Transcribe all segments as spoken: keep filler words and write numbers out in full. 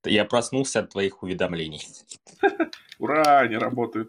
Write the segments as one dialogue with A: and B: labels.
A: Я проснулся от твоих уведомлений.
B: Ура, они работают.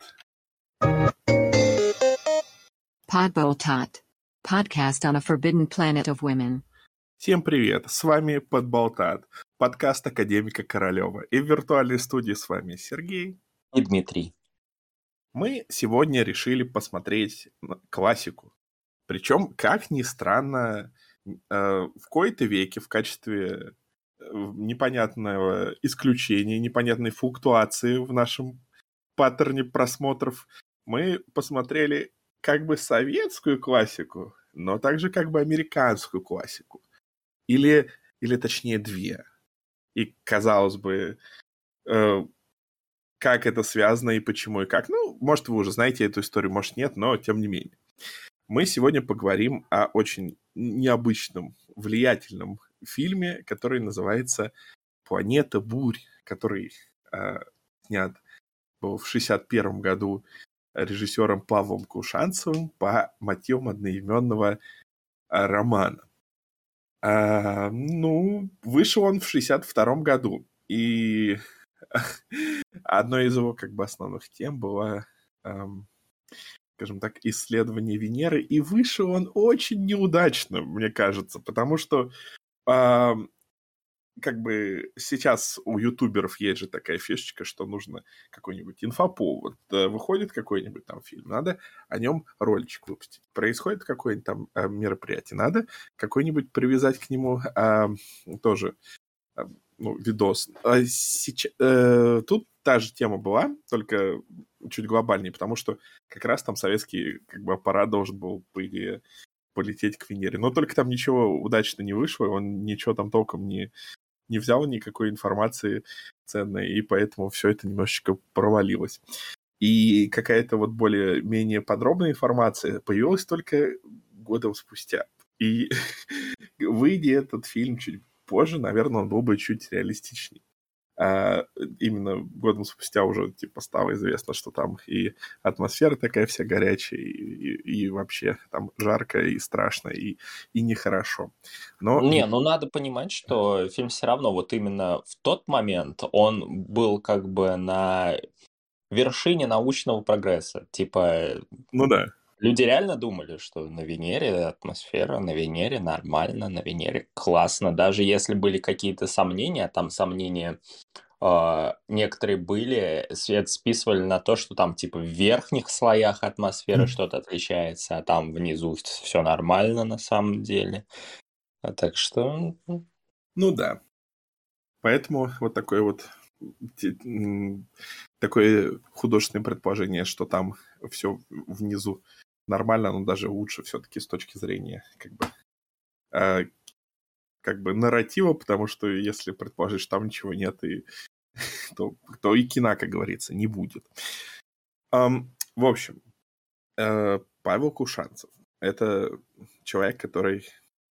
C: Podboltat. Podcast on a forbidden planet of women.
B: Всем привет, с вами Подболтат, подкаст академика Королева. И в виртуальной студии с вами Сергей
A: и Дмитрий.
B: Мы сегодня решили посмотреть классику. Причем, как ни странно, в кои-то веки в качестве непонятного исключения, непонятной флуктуации в нашем паттерне просмотров мы посмотрели как бы советскую классику, но также как бы американскую классику. Или, или точнее две. И, казалось бы, э, как это связано и почему и как. Ну, может, вы уже знаете эту историю, может, нет, но тем не менее. Мы сегодня поговорим о очень необычном, влиятельном фильме, который называется «Планета бурь», который э, снят был в шестьдесят первом году режиссером Павлом Кушанцевым по мотивам одноименного романа. А, ну, вышел он в шестьдесят втором году, и одной из его как бы основных тем была, эм, скажем так, исследование Венеры, и вышел он очень неудачно, мне кажется, потому что эм, как бы сейчас у ютуберов есть же такая фишечка, что нужно какой-нибудь инфоповод. Выходит какой-нибудь там фильм, надо о нем роличек выпустить. Происходит какое-нибудь там э, мероприятие, надо какой-нибудь привязать к нему э, тоже э, ну, видос. А сейчас, э, тут та же тема была, только чуть глобальнее, потому что как раз там советский как бы аппарат должен был, по идее, полететь к Венере. Но только там ничего удачно не вышло, он ничего там толком не... не взял никакой информации ценной, и поэтому все это немножечко провалилось. И какая-то вот более-менее подробная информация появилась только годом спустя. И выйдя этот фильм чуть позже, наверное, он был бы чуть реалистичнее. А именно годом спустя уже типа стало известно, что там и атмосфера такая вся горячая, и, и, и вообще там жарко и страшно, и, и нехорошо. Но...
A: Не, ну надо понимать, что фильм все равно вот именно в тот момент он был как бы на вершине научного прогресса. Типа,
B: ну да.
A: Люди реально думали, что на Венере атмосфера, на Венере нормально, на Венере классно. Даже если были какие-то сомнения, там сомнения э, некоторые были, свет списывали на то, что там типа в верхних слоях атмосферы mm. что-то отличается, а там внизу все нормально на самом деле. А так что...
B: Ну да. Поэтому вот такой вот такое художественное предположение, что там все внизу нормально, но даже лучше все-таки с точки зрения как бы, э, как бы нарратива, потому что если предположить, что там ничего нет, и, то, то и кино, как говорится, не будет. Um, в общем, э, Павел Кушанцев — это человек, который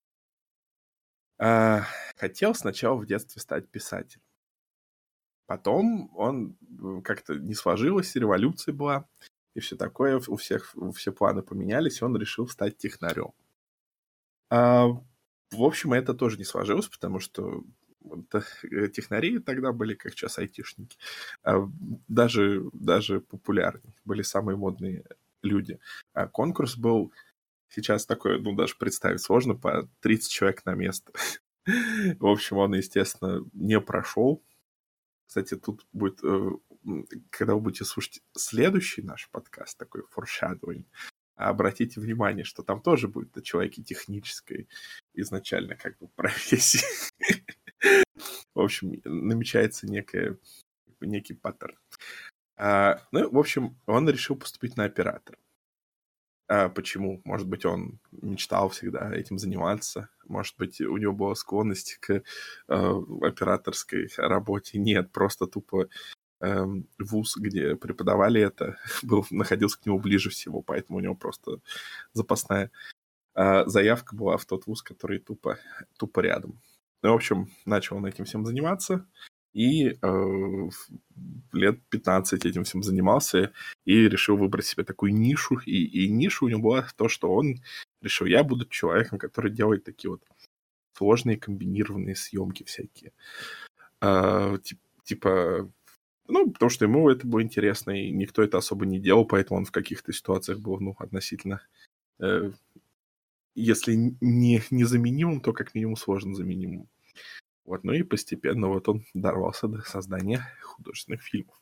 B: э, хотел сначала в детстве стать писателем. Потом он как-то не сложилось, революция была, и все такое, у всех все планы поменялись, и он решил стать технарем. А, в общем, это тоже не сложилось, потому что технари тогда были, как сейчас, айтишники. А, даже, даже популярнее, были самые модные люди. А конкурс был сейчас такой, ну, даже представить сложно, по тридцать человек на место. В общем, он, естественно, не прошел. Кстати, тут будет, когда вы будете слушать следующий наш подкаст, такой foreshadowing, обратите внимание, что там тоже будет о человеке технической изначально как бы профессии. В общем, намечается некая, некий паттерн. А, ну, в общем, он решил поступить на оператора. А почему? Может быть, он мечтал всегда этим заниматься. Может быть, у него была склонность к э, операторской работе. Нет, просто тупо э, вуз, где преподавали это, был, находился к нему ближе всего, поэтому у него просто запасная э, заявка была в тот вуз, который тупо, тупо рядом. Ну, в общем, начал он этим всем заниматься. И э, лет пятнадцать этим всем занимался и решил выбрать себе такую нишу. И, и ниша у него была то, что он решил, я буду человеком, который делает такие вот сложные комбинированные съемки всякие. Э, типа, типа, ну, потому что ему это было интересно, и никто это особо не делал, поэтому он в каких-то ситуациях был, ну, относительно, э, если не незаменимым, то как минимум сложно заменимым. Вот, ну и постепенно вот он дорвался до создания художественных фильмов.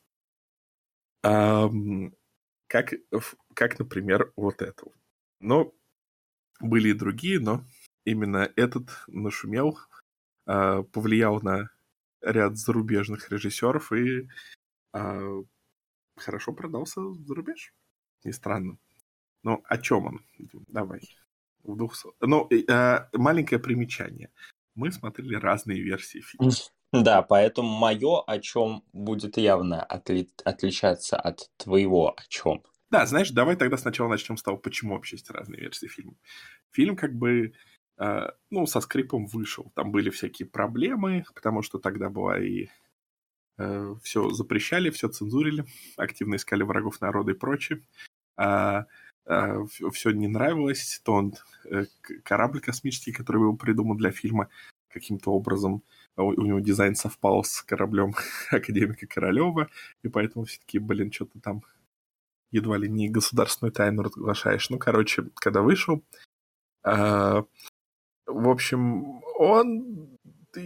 B: Ам, как, как, например, вот это. Но были и другие, но именно этот нашумел, а, повлиял на ряд зарубежных режиссеров и а, хорошо продался за рубеж. Не странно. Но о чем он? Давай. В двух слов. Ну, а, маленькое примечание. Мы смотрели разные версии фильма.
A: Да, поэтому мое о чем будет явно отли- отличаться от твоего о чем.
B: Да, знаешь, давай тогда сначала начнем с того, почему вообще есть разные версии фильма. Фильм как бы, э, ну, со скрипом вышел. Там были всякие проблемы, потому что тогда была и э, все запрещали, все цензурили, активно искали врагов народа и прочее. А, а, все не нравилось, то он, э, корабль космический, который был придуман для фильма, каким-то образом у, у него дизайн совпал с кораблем академика Королева, и поэтому все-таки, блин, что-то там едва ли не государственную тайну разглашаешь. Ну, короче, когда вышел, а, в общем, он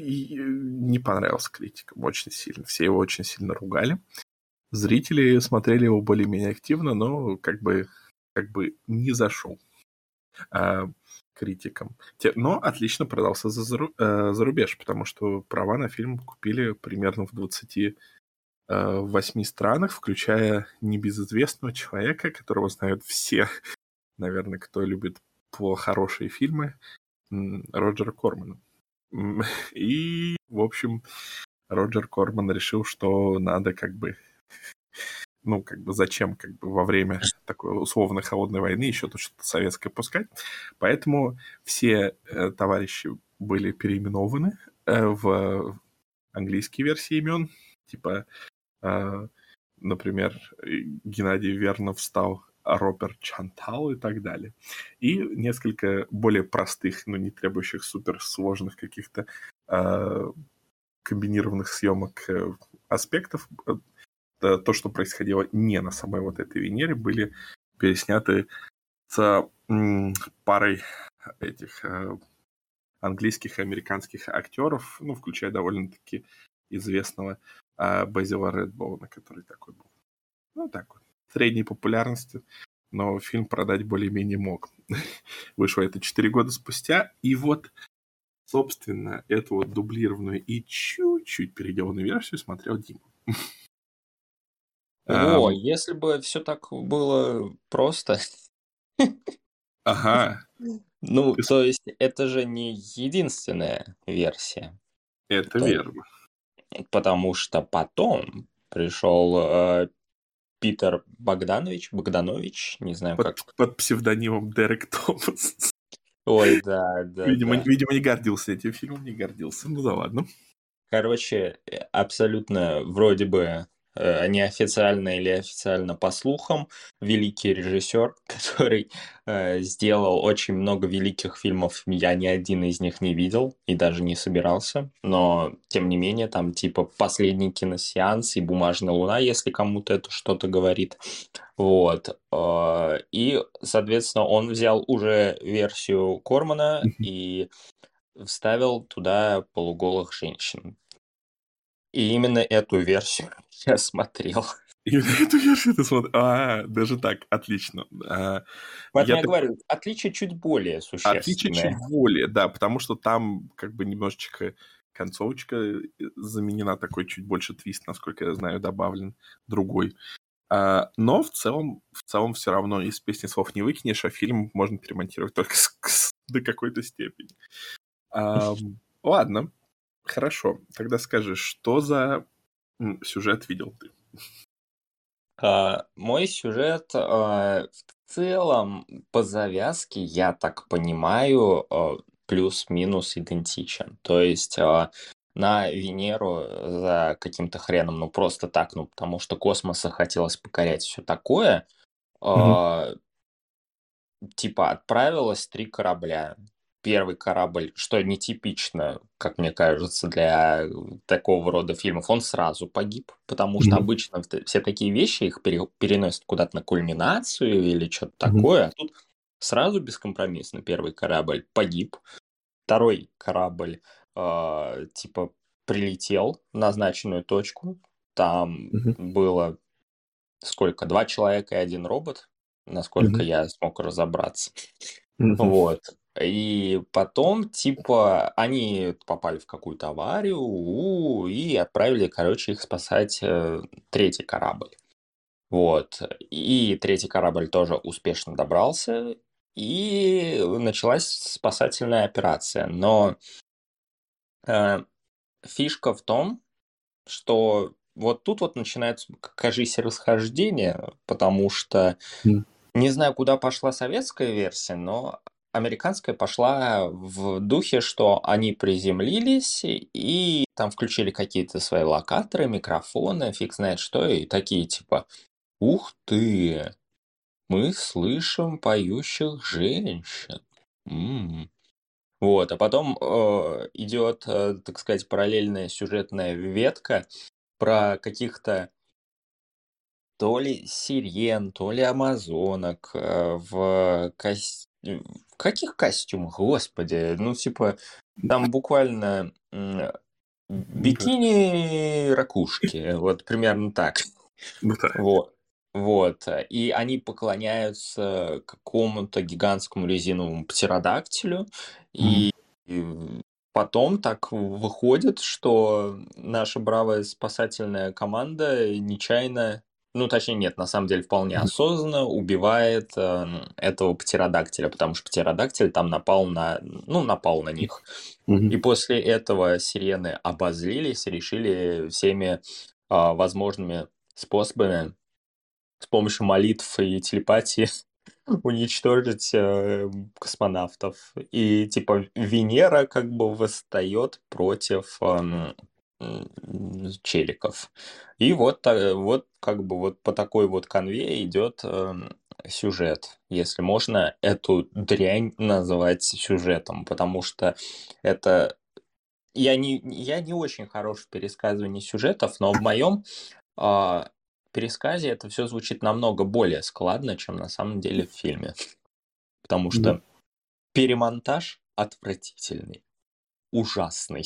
B: не понравился критикам очень сильно. Все его очень сильно ругали. Зрители смотрели его более-менее активно, но как бы, как бы не зашел а, критикам. Но отлично продался за, за, за рубеж, потому что права на фильм купили примерно в двадцати в восьми странах, включая небезызвестного человека, которого знают все, наверное, кто любит хорошие фильмы, Роджера Кормана. И, в общем, Роджер Корман решил, что надо как бы, ну, как бы зачем как бы во время такой условно холодной войны еще тут что-то советское пускать. Поэтому все э, товарищи были переименованы э, в английские версии имен, типа Uh, например, Геннадий Вернов стал Роберт Чантал и так далее. И несколько более простых, но не требующих суперсложных каких-то uh, комбинированных съемок uh, аспектов. Uh, то, что происходило не на самой вот этой Венере, были пересняты с м, парой этих uh, английских и американских актеров, ну, включая довольно-таки известного а Безила Редбоуна, который такой был, ну, так вот, средней популярности, но фильм продать более-менее мог. Вышло это четыре года спустя, и вот, собственно, эту вот дублированную и чуть-чуть переделанную версию смотрел Дима.
A: О, если бы все так было просто.
B: Ага.
A: Ну, то есть это же не единственная версия.
B: Это верно.
A: Потому что потом пришел э, Питер Богданович, Богданович, не знаю
B: под,
A: как.
B: Под псевдонимом Дерек Томас.
A: Ой, да, да,
B: видимо,
A: да.
B: Видимо, не гордился этим фильмом, не гордился. Ну да ладно.
A: Короче, абсолютно вроде бы э, неофициально или официально по слухам, великий режиссер, который э, сделал очень много великих фильмов, я ни один из них не видел и даже не собирался, но тем не менее там типа «Последний киносеанс» и «Бумажная луна», если кому-то это что-то говорит. Вот. Э, и, соответственно, он взял уже версию Кормана и вставил туда полуголых женщин. И именно эту версию я смотрел.
B: Именно эту версию ты смотрел? А, даже так, отлично. А,
A: Поэтому я,
B: я
A: говорю, отличие чуть более
B: Отличие чуть
A: существенное.
B: более, да, потому что там как бы немножечко концовочка заменена, такой чуть больше твист, насколько я знаю, добавлен другой. А, но в целом, в целом все равно из песни слов не выкинешь, а фильм можно перемонтировать только с, с, до какой-то степени. А, ладно, хорошо. Тогда скажи, что за м, сюжет видел ты?
A: А, мой сюжет а, в целом по завязке, я так понимаю, а, плюс-минус идентичен. То есть а, на Венеру за каким-то хреном, ну просто так, ну потому что космоса хотелось покорять, все такое.
B: Мгм.
A: а, Типа отправилось три корабля. первый корабль, что нетипично, как мне кажется, для такого рода фильмов, он сразу погиб, потому что
B: Мгм.
A: обычно в- все такие вещи их пере- переносят куда-то на кульминацию или что-то
B: Мгм.
A: такое, а тут сразу бескомпромиссно первый корабль погиб, второй корабль а, типа прилетел в назначенную точку, там
B: Мгм.
A: было сколько, два человека и один робот, насколько
B: Мгм.
A: я смог разобраться.
B: Мгм.
A: Вот. И потом, типа, они попали в какую-то аварию у, и отправили, короче, их спасать э, третий корабль. Вот. И третий корабль тоже успешно добрался, и началась спасательная операция. Но э, фишка в том, что вот тут вот начинается, кажись, расхождение, потому что
B: Мгм.
A: не знаю, куда пошла советская версия, но американская пошла в духе, что они приземлились и там включили какие-то свои локаторы, микрофоны, фиг знает что, и такие типа «Ух ты, мы слышим поющих женщин». М. Вот, а потом э, идет, э, так сказать, параллельная сюжетная ветка про каких-то то ли сирен, то ли амазонок э, в кос... в каких костюмах, господи, ну типа там буквально м,
B: Да.
A: бикини-ракушки, вот примерно так.
B: Ну да.
A: Вот. Вот. И они поклоняются какому-то гигантскому резиновому птеродактилю,
B: Мгм.
A: и и потом так выходит, что наша бравая спасательная команда нечаянно, ну, точнее, нет, на самом деле вполне
B: Мгм.
A: осознанно убивает эм, этого птеродактиля, потому что птеродактиль там напал на, ну, напал на них.
B: Мгм.
A: И после этого сирены обозлились и решили всеми а, возможными способами с помощью молитв и телепатии уничтожить э, космонавтов. И типа Венера как бы восстает против эм, м, челиков. И вот, та- вот как бы вот по такой вот конве идет эм, сюжет, если можно эту дрянь называть сюжетом, потому что это я не, я не очень хорош в пересказывании сюжетов, но в моем а, пересказе это все звучит намного более складно, чем на самом деле в фильме. Потому
B: Да.
A: что перемонтаж отвратительный, ужасный.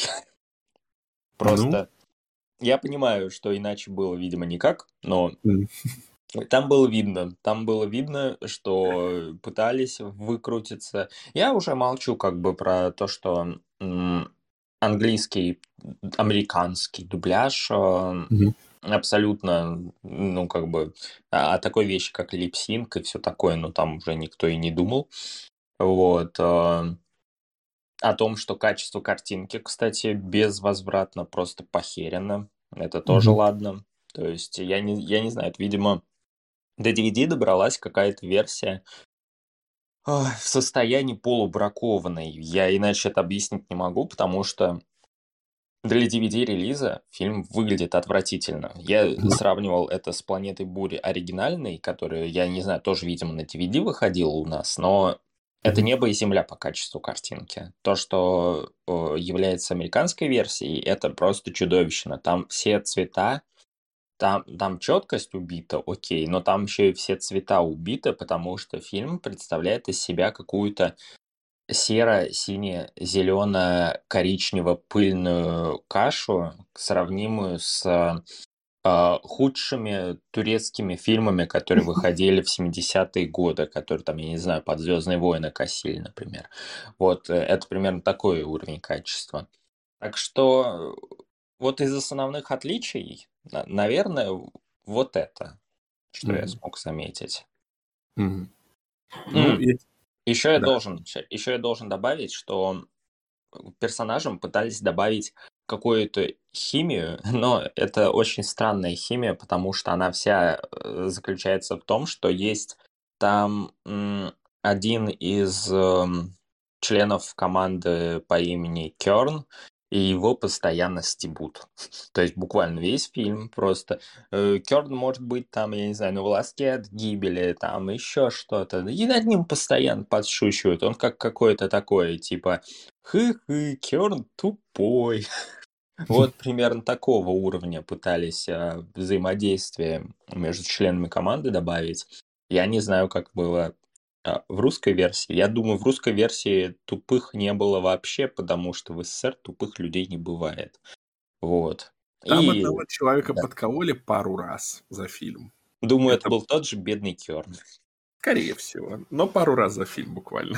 B: Ну,
A: Просто я понимаю, что иначе было, видимо, никак, но
B: м,
A: там было видно, там было видно, что пытались выкрутиться. Я уже молчу как бы про то, что м, английский, американский дубляж э,
B: мгм.
A: абсолютно, ну, как бы, о такой вещи, как липсинг и все такое, ну, там уже никто и не думал. Вот. э, О том, что качество картинки, кстати, безвозвратно просто похерено. Это тоже
B: Мгм.
A: ладно. То есть, я не, я не знаю, это, видимо, до ди ви ди добралась какая-то версия ах, в состоянии полубракованной. Я иначе это объяснить не могу, потому что для ди ви ди-релиза фильм выглядит отвратительно. Я
B: Мгм.
A: сравнивал это с «Планетой бури» оригинальной, которая, я не знаю, тоже, видимо, на ди ви ди выходила у нас, но это
B: Мгм.
A: небо и земля по качеству картинки. То, что э, является американской версией, это просто чудовищно. Там все цвета, там, там четкость убита, окей, но там еще и все цвета убиты, потому что фильм представляет из себя какую-то серо-сине-зелено-коричнево-пыльную кашу, сравнимую с а, худшими турецкими фильмами, которые выходили в семидесятые годы, которые там, я не знаю, под «Звездные войны» косили, например. Вот э, это примерно такой уровень качества. Так что э, вот из основных отличий, на- наверное, вот это, что я
B: Мгм.
A: смог заметить.
B: Мгм. Ну, я...
A: Еще я
B: Да.
A: должен, еще я должен добавить, что персонажам пытались добавить какую-то химию, но это очень странная химия, потому что она вся э, заключается в том, что есть там м, один из эм, членов команды по имени Кёрн, и его постоянно стебут. То есть буквально весь фильм просто. Э, Кёрн может быть там, я не знаю, на волоске от гибели, там еще что-то. И над ним постоянно подшучивают. Он как какой-то такой, типа, хы-хы, Кёрн тупой. Вот примерно такого уровня пытались а, взаимодействие между членами команды добавить. Я не знаю, как было а, в русской версии. Я думаю, в русской версии тупых не было вообще, потому что в СССР тупых людей не бывает. Вот.
B: Там
A: И
B: одного человека
A: да,
B: подкололи пару раз за фильм.
A: думаю, это
B: Это,
A: был тот же бедный Кёрн.
B: скорее всего, но пару раз за фильм буквально.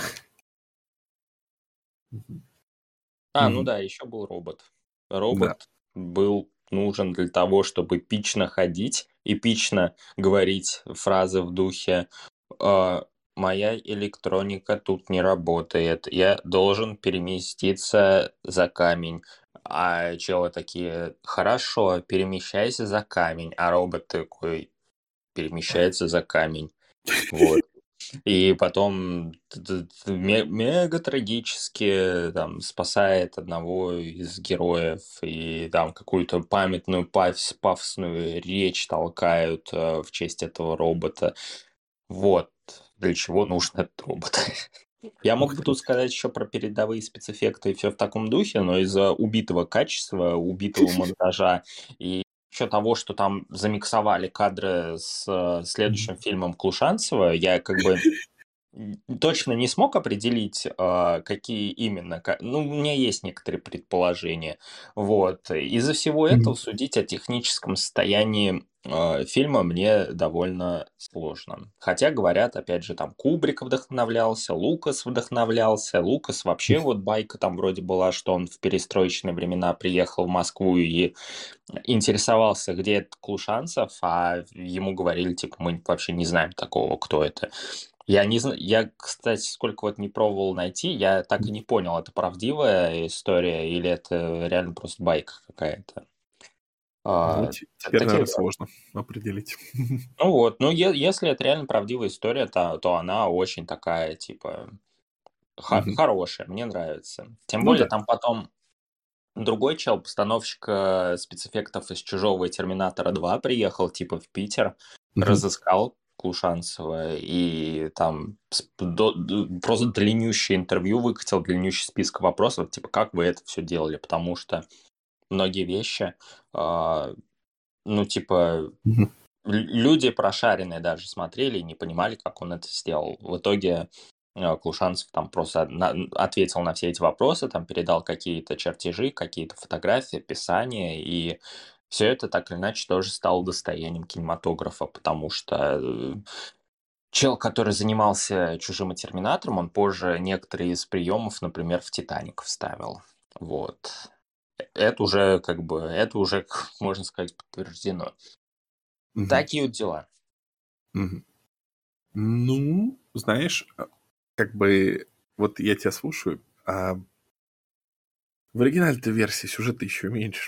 B: Мгм.
A: А, ну
B: Мгм.
A: да, еще был робот.
B: Да.
A: Робот был нужен для того, чтобы эпично ходить, эпично говорить фразы в духе «А, «Моя электроника тут не работает, я должен переместиться за камень». А челы такие «Хорошо, перемещайся за камень». А робот такой перемещается за камень. Вот. И потом т- т- т- ме- мега трагически там спасает одного из героев и там какую-то памятную паф- пафосную речь толкают э, в честь этого робота. Вот для чего нужен этот робот. Я мог
B: Ух
A: бы
B: ты.
A: тут сказать еще про передовые спецэффекты и все в таком духе, но из-за убитого качества, убитого монтажа и еще того, что там замиксовали кадры с э, следующим фильмом Клушанцева, я как бы Н- точно не смог определить, а, какие именно. ка- Ну, у меня есть некоторые предположения. Вот. Из-за всего этого
B: Мгм.
A: судить о техническом состоянии а, фильма мне довольно сложно. Хотя говорят, опять же, там Кубрик вдохновлялся, Лукас вдохновлялся. Лукас вообще вот байка там вроде была, что он в перестроечные времена приехал в Москву и интересовался, где этот Клушанцев, а ему говорили, типа, мы вообще не знаем такого, кто это. Я не знаю, я, кстати, сколько вот не пробовал найти, я так и не понял, это правдивая история или это реально просто байка какая-то.
B: Ну,
A: А,
B: те-
A: т-
B: теперь,
A: такие
B: наверное,
A: дела.
B: сложно определить.
A: Ну вот, ну е- если это реально правдивая история, то, то она очень такая, типа, ха-
B: Мгм.
A: хорошая, мне нравится. Тем
B: Ну
A: более
B: да.
A: там потом другой чел, постановщик э, спецэффектов из «Чужого» и «Терминатора два» приехал, типа, в Питер,
B: Мгм.
A: разыскал Клушанцева и там с- до- д- просто длиннющее интервью выкатил, длиннющий список вопросов, типа, как вы это все делали, потому что многие вещи, а, ну, типа,
B: Мгм.
A: Лю- люди прошаренные даже смотрели и не понимали, как он это сделал. В итоге э, Клушанцев там просто на- ответил на все эти вопросы, там передал какие-то чертежи, какие-то фотографии, описания, и все это так или иначе тоже стало достоянием кинематографа, потому что э, чел, который занимался «Чужим» и «Терминатором», он позже некоторые из приемов, например, в «Титаник» вставил. Вот. Э, Это уже, как бы, это уже, можно сказать, подтверждено.
B: Мгм.
A: Такие вот дела.
B: Мгм. Ну, знаешь, а, как бы вот я тебя слушаю, а в оригинальной версии сюжета еще меньше.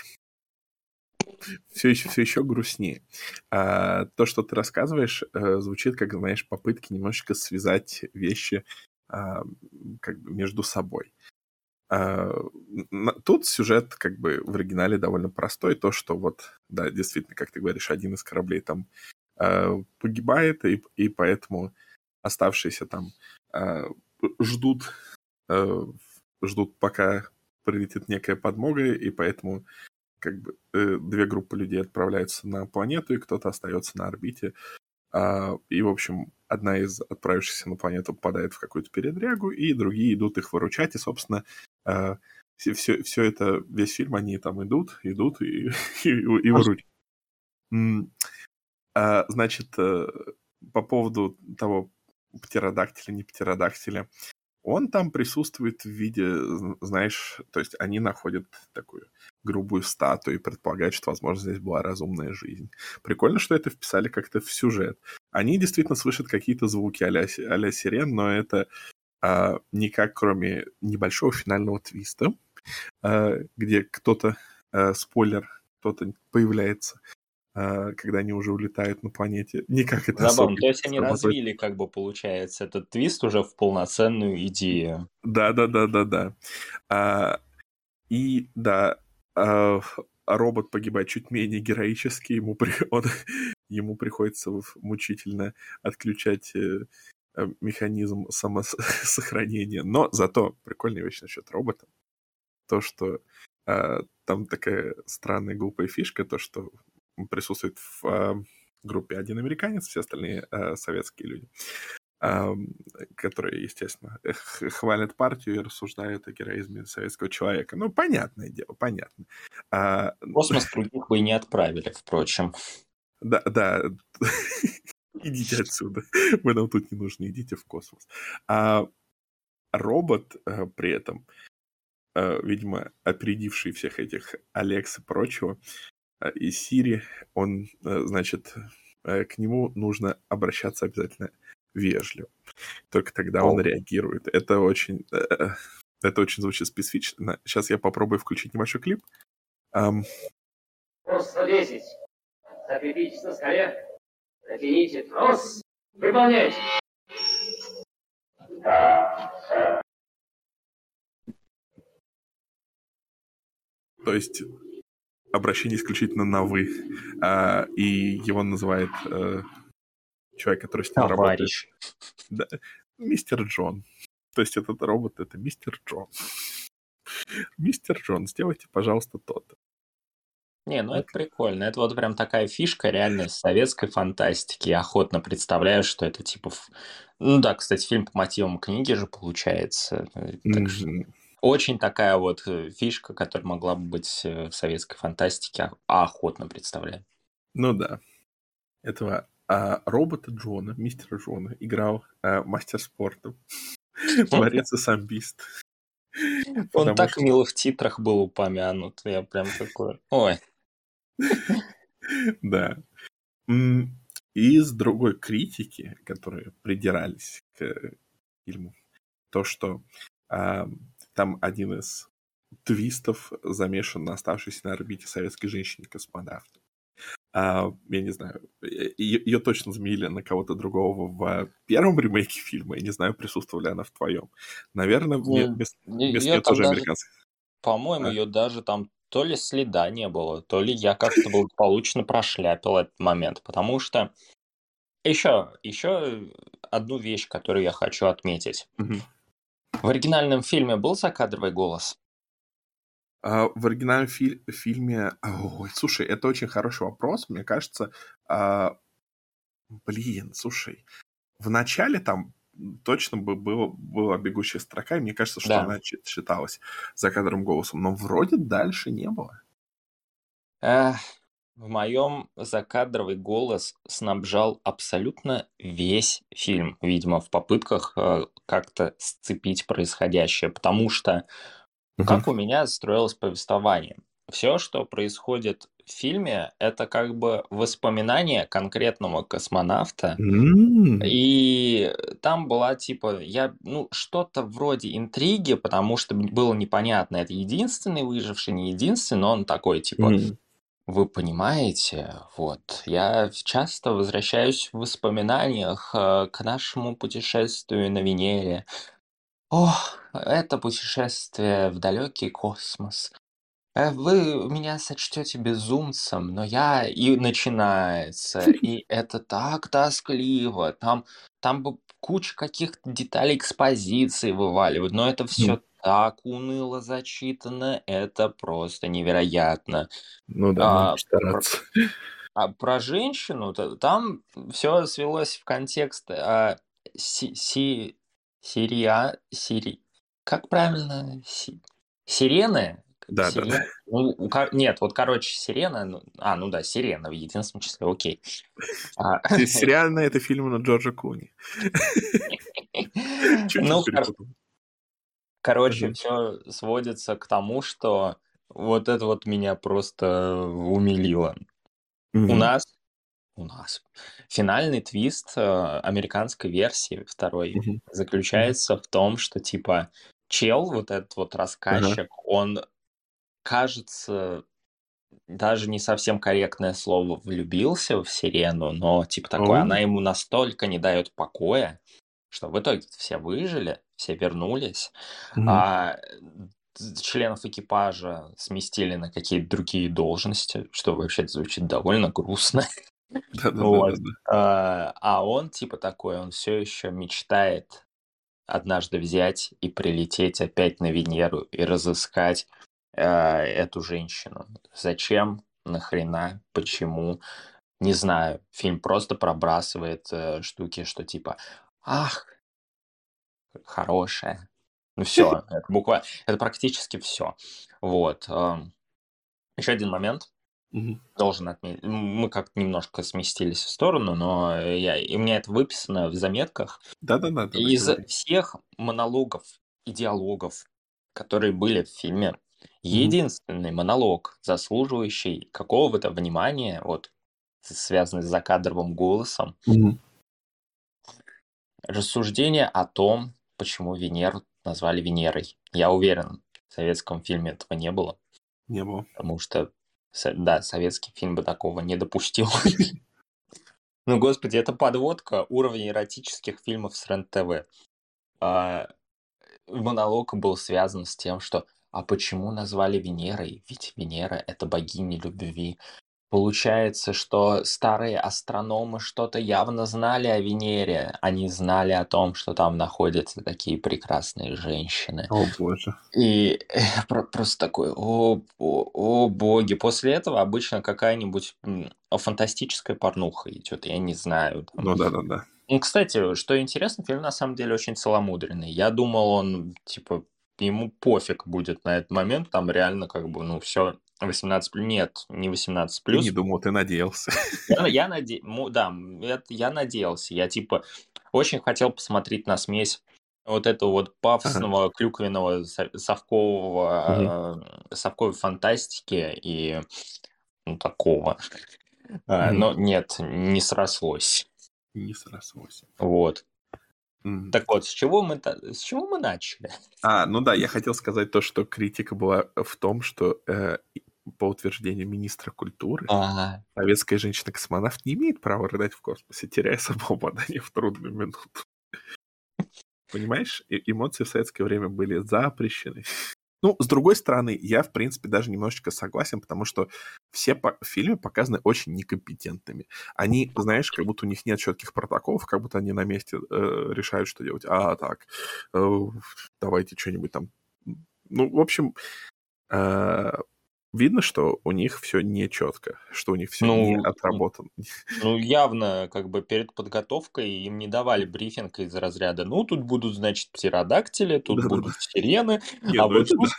B: Все еще, все еще грустнее. А, то, что ты рассказываешь, э, звучит как, знаешь, попытки немножечко связать вещи а, м, как бы между собой. А, н- тут сюжет как бы в оригинале довольно простой. То, что вот, да, действительно, как ты говоришь, один из кораблей там а, погибает, и, и поэтому оставшиеся там а, ждут, а, ждут, пока прилетит некая подмога, и поэтому как бы э, две группы людей отправляются на планету, и кто-то остается на орбите. А, и, в общем, одна из отправившихся на планету попадает в какую-то передрягу, и другие идут их выручать, и, собственно, а, все, все, все это, весь фильм, они там идут, идут и, и, и выручают. М, а, значит, э, по поводу того, птеродактиля, не птеродактиля, он там присутствует в виде, з- знаешь, то есть они находят такую грубую статую и предполагают, что, возможно, здесь была разумная жизнь. Прикольно, что это вписали как-то в сюжет. Они действительно слышат какие-то звуки а-ля, си- а-ля сирен, но это а, никак, кроме небольшого финального твиста, а, где кто-то, а, спойлер, кто-то появляется, а, когда они уже улетают на планете. Никак это особо
A: Забавно. То
B: не
A: есть они
B: срабатывает.
A: развили, как бы, получается, этот твист уже в полноценную идею.
B: Да, да, да, да, да. И да, э, робот погибает чуть менее героически, ему, при... он... ему приходится мучительно отключать э, механизм самосохранения. Но зато прикольная вещь насчет робота. То, что э, там такая странная глупая фишка, то, что присутствует в э, группе один американец, все остальные э, советские люди, э, которые, естественно, хвалят партию и рассуждают о героизме советского человека. Ну, понятное дело, понятно. А...
A: Космос других бы и не отправили, впрочем.
B: Да, да. Идите отсюда. Вы нам тут не нужны, идите в космос. А робот э, при этом, э, видимо, опередивший всех этих Алекс и прочего, э, и Сири, он, э, значит, э, к нему нужно обращаться обязательно вежливо. Только тогда
A: О.
B: он реагирует. Это очень, э, это очень звучит специфично. Сейчас я попробую включить небольшой клип. Um...
D: сто десять. Закрепитесь на скале. Натяните трос. Выполняйте.
B: То есть обращение исключительно на «вы». А, и его называет а, человек, который с ним
A: Товарищ.
B: работает. Да, мистер Джон. То есть этот робот — это мистер Джон. Мистер Джон, сделайте, пожалуйста, то-то.
A: Не, ну это прикольно. Это вот прям такая фишка реально из советской фантастики. Я охотно представляю, что это типа... Ну да, кстати, фильм по мотивам книги же получается. Так что очень такая вот фишка, которая могла бы быть в советской фантастике, а охотно представляю.
B: Ну да. Этого а, робота Джона, мистера Джона, играл а, мастер спорта. Борец и самбист.
A: Он так мило в титрах был упомянут. Я прям такой... Ой.
B: Да. Из другой критики, которые придирались к фильму, то, что а, там один из твистов замешан на оставшейся на орбите советской женщине-космонавт. А, я не знаю, ее, ее точно заменили на кого-то другого в первом ремейке фильма. Я не знаю, присутствовала ли она в твоем. Наверное, без, без нее тоже
A: даже,
B: американская.
A: По-моему, а? ее даже там то ли следа не было, то ли я как-то благополучно прошляпил этот момент. Потому что еще, еще одну вещь, которую я хочу отметить.
B: Угу.
A: В оригинальном фильме был закадровый голос?
B: Uh, в оригинальном фи- фильме... Ой, слушай, это очень хороший вопрос. Мне кажется... Uh, блин, слушай. В начале там точно бы было, была бегущая строка, и мне кажется, что да. она читалась закадровым голосом. Но вроде дальше не было.
A: Эх, в моем закадровый голос снабжал абсолютно весь фильм, видимо, в попытках э, как-то сцепить происходящее. Потому что как у меня строилось повествование? Все, что происходит в фильме, это как бы воспоминание конкретного космонавта.
B: Mm.
A: И там была типа, я, ну, что-то вроде интриги, потому что было непонятно, это единственный выживший, не единственный, но он такой, типа, mm. вы понимаете, вот, я часто возвращаюсь в воспоминаниях к нашему путешествию на Венере. Ох, это путешествие в далекий космос. Вы меня сочтете безумцем, но я... И начинается, и это так тоскливо. Там, там бы куча каких-то деталей экспозиции вываливают, но это все так уныло зачитано, это просто невероятно.
B: Ну да, а, стараться.
A: Про, а про женщину, там все свелось в контекст а, си, си, сирия, сири, как правильно? Си, сирены?
B: Да,
A: Сирена?
B: да, да.
A: Ну, у, нет, вот, короче, сирена, ну, а, ну да, сирена в единственном числе, окей.
B: Сирена — это фильм на Джорджа Клуни.
A: Ну, короче, все сводится к тому, что вот это вот меня просто умилило. У нас, у нас финальный твист американской версии второй заключается в том, что, типа, чел, вот этот вот рассказчик, он... кажется, даже не совсем корректное слово, влюбился в Сирену, но типа такое, oh. она ему настолько не дает покоя, что в итоге все выжили, все вернулись. Mm-hmm. А членов экипажа сместили на какие-то другие должности, что вообще звучит довольно грустно. Вот.
B: Да-да-да-да-да.
A: А а он типа такой, он все еще мечтает однажды взять и прилететь опять на Венеру и разыскать э, эту женщину. Зачем? Нахрена? Почему? Не знаю. Фильм просто пробрасывает э, штуки, что типа, ах, хорошая. Ну все, это буквально, это практически все. Вот. эм. Еще один момент
B: Мгм.
A: должен отметить. М, Мы как-то немножко сместились в сторону, но я, и у меня это выписано в заметках.
B: Да-да-да, давай
A: Из
B: говори.
A: всех монологов и диалогов, которые были в фильме,
B: Мгм.
A: единственный монолог, заслуживающий какого-то внимания, вот, с- связанный с закадровым голосом,
B: Мгм.
A: рассуждение о том, почему Венеру назвали Венерой. Я уверен, в советском фильме этого не было,
B: Не было.
A: потому что, со- да, советский фильм бы такого не допустил. Ну, господи, это подводка уровня эротических фильмов с РЕН-ТВ. А, монолог был связан с тем, что «а почему назвали Венерой? Ведь Венера — это богиня любви». Получается, что старые астрономы что-то явно знали о Венере. Они знали о том, что там находятся такие прекрасные женщины.
B: О, боже.
A: И про- просто такой, о, о, о боги. После этого обычно какая-нибудь м, фантастическая порнуха идет, я не знаю. Там.
B: Ну да-да-да.
A: Ну, кстати, что интересно, фильм на самом деле очень целомудренный. Я думал, он, типа, ему пофиг будет на этот момент, там реально как бы, ну, все восемнадцать плюс. Нет, не восемнадцать
B: Ты не
A: плюс.
B: думал, ты надеялся.
A: Я, я наде... му- да, это я надеялся. Я, типа, очень хотел посмотреть на смесь вот этого вот
B: Ага.
A: пафосного клюквенного со-
B: Мгм.
A: совкового, э, совковой фантастики и ну, такого. А,
B: Мгм.
A: но нет, не срослось.
B: Не срослось.
A: Вот.
B: Мгм.
A: Так вот, с чего мы, та- с чего мы начали?
B: А, ну да, я хотел сказать то, что критика была в том, что э, и- по утверждению министра культуры,
A: А,
B: советская женщина-космонавт не имеет права рыдать в космосе, теряя самообладание в трудную минуту. Понимаешь, И- эмоции в советское время были запрещены. Ну, с другой стороны, я, в принципе, даже немножечко согласен, потому что все по- фильмы показаны очень некомпетентными. Они, знаешь, как будто у них нет четких протоколов, как будто они на месте э, решают, что делать. А, так, э, давайте что-нибудь там. Ну, в общем, э, видно, что у них все нечетко, что у них все не
A: ну,
B: отработано.
A: ну, явно, как бы перед подготовкой им не давали брифинг из разряда, ну, тут будут, значит, птеродактили, тут
B: Да-да-да.
A: будут сирены,
B: Не,
A: а
B: ну
A: вот
B: это да.
A: тут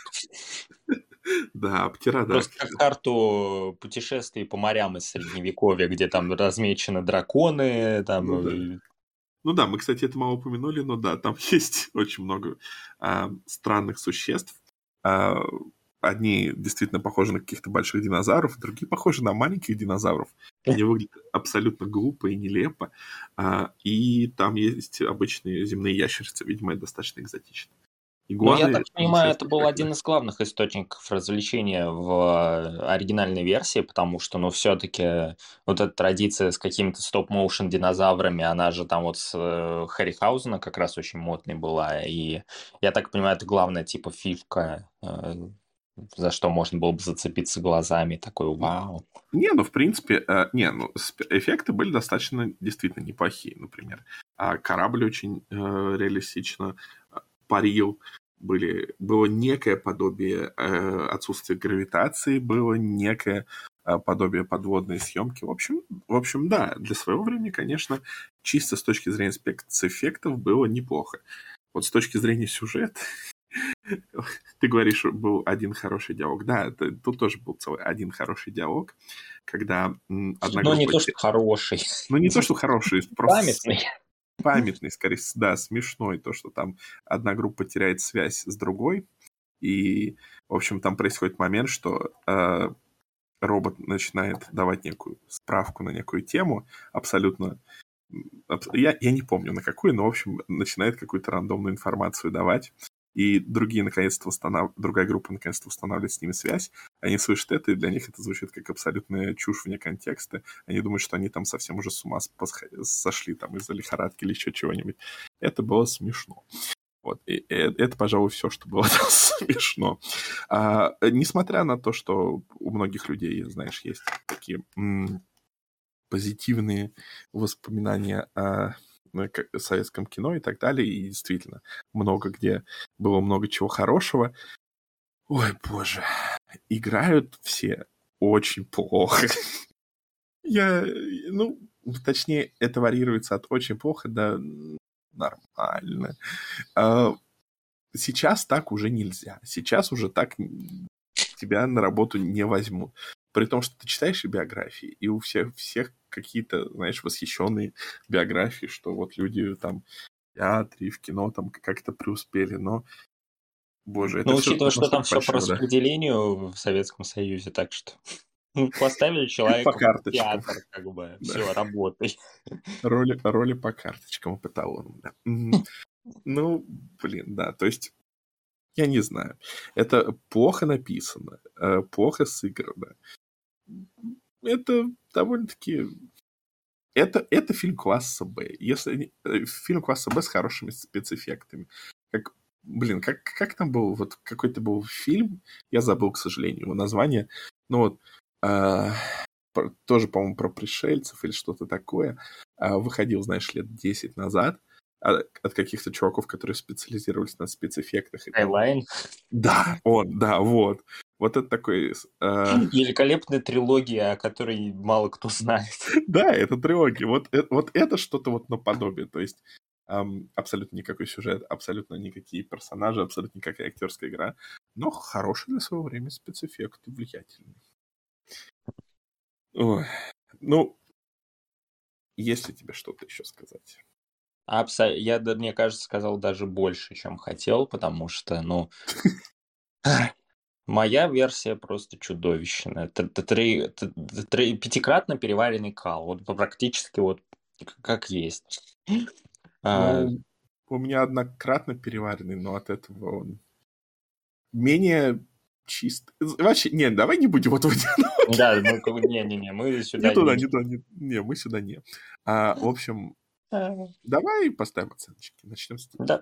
B: Да,
A: просто как
B: птеродактили.
A: карту путешествий по морям из Средневековья, где там размечены драконы,
B: Ну да.
A: там... э,
B: Ну да, мы, кстати, это мало упомянули, но да, там есть очень много а, странных существ. А, одни действительно похожи на каких-то больших динозавров, другие похожи на маленьких динозавров. Они выглядят абсолютно глупо и нелепо. А, и там есть обычные земные ящерицы, видимо, это достаточно экзотично.
A: Ну, я
B: Игуаны
A: так понимаю, это был
B: спектакля.
A: один из главных источников развлечения в оригинальной версии, потому что, ну, все-таки вот эта традиция с какими-то стоп-моушен динозаврами, она же там вот с э, Харрихаузена как раз очень модной была, и я так понимаю, это главная типа фишка, э, за что можно было бы зацепиться глазами, такой вау.
B: Не, ну, в принципе, э, не, ну, сп- эффекты были достаточно действительно неплохие, например. А корабль очень э, реалистично э, парил, были, было некое подобие э, отсутствия гравитации, было некое э, подобие подводной съемки. В общем, в общем, да, для своего времени, конечно, чисто с точки зрения спецэффектов было неплохо. Вот с точки зрения сюжета, ты говоришь, был один хороший диалог. Да, это- тут тоже был целый один хороший диалог, когда м, одна
A: Ну, не
B: группа...
A: то,
B: те-
A: что хороший,
B: Ну, не то, что хороший, просто с-
A: памятный.
B: памятный, скорее, с- да, смешной, то, что там одна группа теряет связь с другой, и, в общем, там происходит момент, что э, робот начинает давать некую справку на некую тему, абсолютно... м, абс- Я, я не помню на какую, но, в общем, начинает какую-то рандомную информацию давать, и другие наконец-то установ... другая группа наконец-то устанавливает с ними связь, они слышат это, и для них это звучит как абсолютная чушь вне контекста. Они думают, что они там совсем уже с ума спасх- сошли там из-за лихорадки или еще чего-нибудь. Это было смешно. Вот, и, и это, пожалуй, все, что было смешно. А, несмотря на то, что у многих людей, знаешь, есть такие м- позитивные воспоминания о ну, как- советском кино и так далее, и действительно много где было много чего хорошего. Ой, боже, играют все очень плохо. Я, ну, точнее, это варьируется от очень плохо до нормально. А, сейчас так уже нельзя. Сейчас уже так тебя на работу не возьмут. При том, что ты читаешь биографии, и у всех, всех какие-то, знаешь, восхищенные биографии, что вот люди там в театре, в кино там как-то преуспели, но, боже, это
A: Но
B: все
A: учитывая, что там
B: настолько
A: все по
B: фальшиво, да?
A: распределению в Советском Союзе, так что ну, поставили
B: По
A: человека в
B: карточкам.
A: театр, как бы,
B: Да.
A: все, работай.
B: Роли, роли по карточкам и по талонам, да. Мгм. Ну, блин, да, то есть, я не знаю. Это плохо написано, э, плохо сыграно. Это довольно-таки... Это, это фильм класса Б. Если не- э, фильм класса Б с хорошими спецэффектами. Как, блин, как, как там был, вот какой-то был фильм, я забыл, к сожалению, его название, но вот а, про- тоже, по-моему, про пришельцев или что-то такое, а, выходил, знаешь, лет десять назад а- от каких-то чуваков, которые специализировались на спецэффектах. И там...
A: Скайлайн.
B: Да, он, да, вот. Вот это такой... а,
A: Великолепная трилогия, о которой мало кто знает.
B: Да, это трилогия. Вот, э- вот это что-то вот наподобие. То есть ам, абсолютно никакой сюжет, абсолютно никакие персонажи, абсолютно никакая актерская игра. Но хороший для своего времени спецэффект и влиятельный. Ой. Ну, есть ли тебе что-то еще сказать?
A: Абсо- Я, да, мне кажется, сказал даже больше, чем хотел, потому что, ну, моя версия просто чудовищная. Т- т- три- т- т- три- Пятикратно переваренный кал. Вот практически вот к- как есть. А,
B: Ну, у меня однократно переваренный, но от этого он менее чист. Вообще, нет, давай не будем вот в эти
A: Да, мы как бы- не-не-не, мы
B: Не
A: сюда
B: туда,
A: не...
B: не туда, не, не, мы сюда не. А, в общем,
A: А,
B: давай поставим оценочки. Начнем с тебя.
A: Да.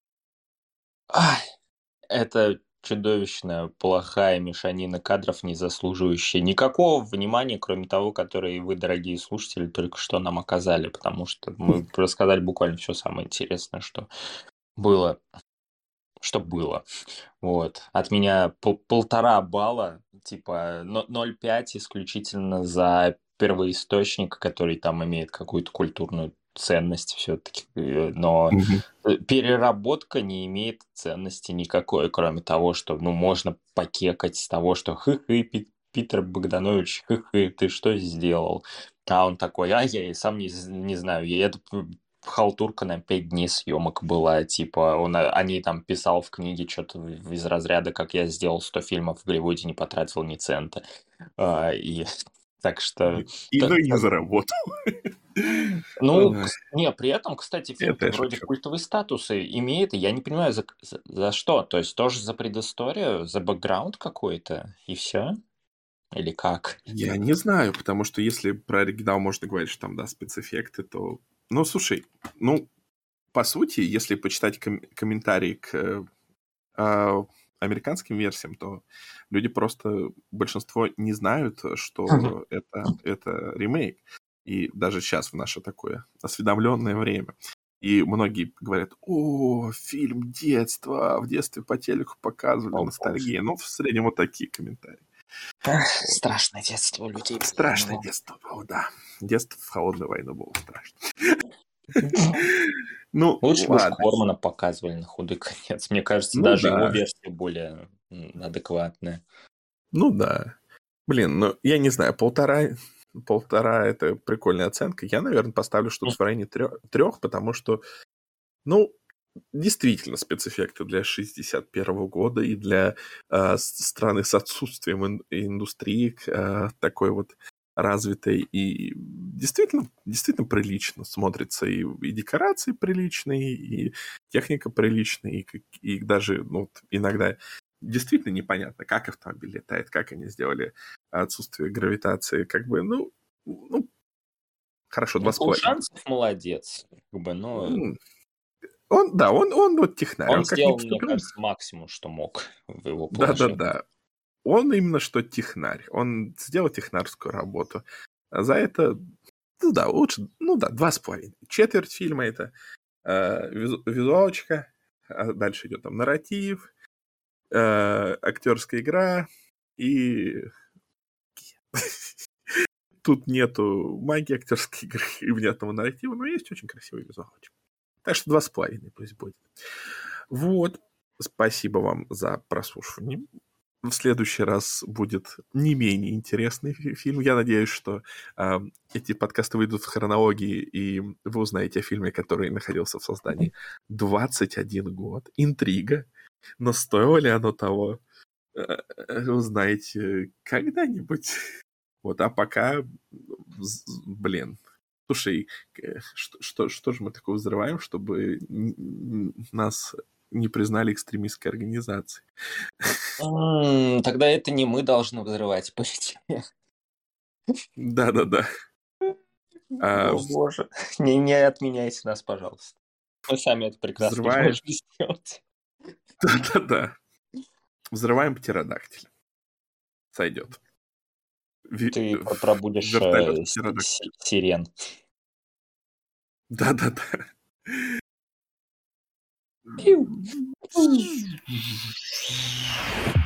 A: Ай, это чудовищная, плохая мешанина кадров, не заслуживающая никакого внимания, кроме того, которое вы, дорогие слушатели, только что нам оказали, потому что мы рассказали буквально все самое интересное, что было, что было. Вот. От меня пол- полтора балла, типа но- ноль целых пять исключительно за первоисточник, который там имеет какую-то культурную ценность все-таки, но
B: Мгм.
A: э, переработка не имеет ценности никакой, кроме того, что ну можно покекать с того, что хы-хы, Пи- Питер Богданович, хы-хы, ты что сделал? А он такой, а я и сам не, з- не знаю, я это халтурка на пять дней съемок была, типа, он, э, они там писал в книге что-то из разряда, как я сделал сто фильмов в Голливуде, не потратил ни цента. А, и так что...
B: И,
A: т-
B: ну, и не
A: т-
B: заработал.
A: Ну,
B: Ой,
A: кс- не, при этом, кстати,
B: это
A: фильм-то
B: я
A: вроде
B: шучу.
A: культовый статус и имеет, и я не понимаю, за, за, за что. То есть тоже за предысторию, за бэкграунд какой-то, и все? Или как?
B: Я не знаю, потому что если про оригинал можно говорить, что там, да, спецэффекты, то... Ну, слушай, ну, по сути, если почитать ком- комментарии к э, а, американским версиям, то люди просто, большинство не знают, что это, это ремейк. И даже сейчас, в наше такое осведомленное время. И многие говорят, о, фильм детства, в детстве по телеку показывали,
A: О, боже.
B: ностальгия. Ну, в среднем вот такие комментарии.
A: Ах,
B: Вот.
A: страшное детство у людей было,
B: Страшное
A: но...
B: детство было, да. Детство в холодную войну было страшно. Ну,
A: Лучше бы уж
B: ладно.
A: Кормана показывали на худой конец. Мне кажется,
B: Ну
A: даже его
B: да,
A: версия более м, адекватная.
B: ну да. Блин, ну я не знаю, полтора, полтора это прикольная оценка. Я, наверное, поставлю что-то в районе трех, потому что, ну, действительно спецэффекты для шестьдесят первого года и для э, с- страны с отсутствием ин- индустрии э, такой вот развитой и действительно, действительно прилично смотрится. И, и декорации приличные, и техника приличная, и, как- и даже ну, вот иногда действительно непонятно, как автомобиль летает, как они сделали отсутствие гравитации. Как бы, ну, ну хорошо, два с половиной.
A: Шансов молодец. Как бы, но
B: М, Он, да, он, он вот технарь.
A: Он
B: Он как не
A: сделал, мне
B: поступил...
A: кажется, максимум, что мог в его положении.
B: Да-да-да. Он именно что технарь. Он сделал технарскую работу. А за это, ну да, лучше, ну да, два с половиной. Четверть фильма это э, визу- визуалочка, а дальше идет там нарратив, э, актерская игра и... Тут нету магии актерской игры и внятного нарратива, но есть очень красивый визуалочка. Так что два с половиной пусть будет. Вот. Спасибо вам за прослушивание. В следующий раз будет не менее интересный фи- фильм. Я надеюсь, что э, эти подкасты выйдут в хронологии, и вы узнаете о фильме, который находился в создании двадцать один год. Интрига. Но стоило ли оно того? Э, э, Узнаете когда-нибудь. Вот, а пока, з- блин, слушай, э, что, что, что же мы такое взрываем, чтобы н- н- нас не признали экстремистской организацией?
A: М, Тогда это не мы должны взрывать, по идее.
B: Да-да-да. А,
A: О боже. Не, не отменяйте нас, пожалуйста. Мы сами это прекрасно
B: взрываем,
A: можем сделать.
B: да-да-да, взрываем птеродактиль. Сойдет. Ви-
A: Ты
B: э,
A: про- пробудешь
B: Вертолет
A: э, си-
B: птеродактиль.
A: си- сирен.
B: Да-да-да.
A: Пиу.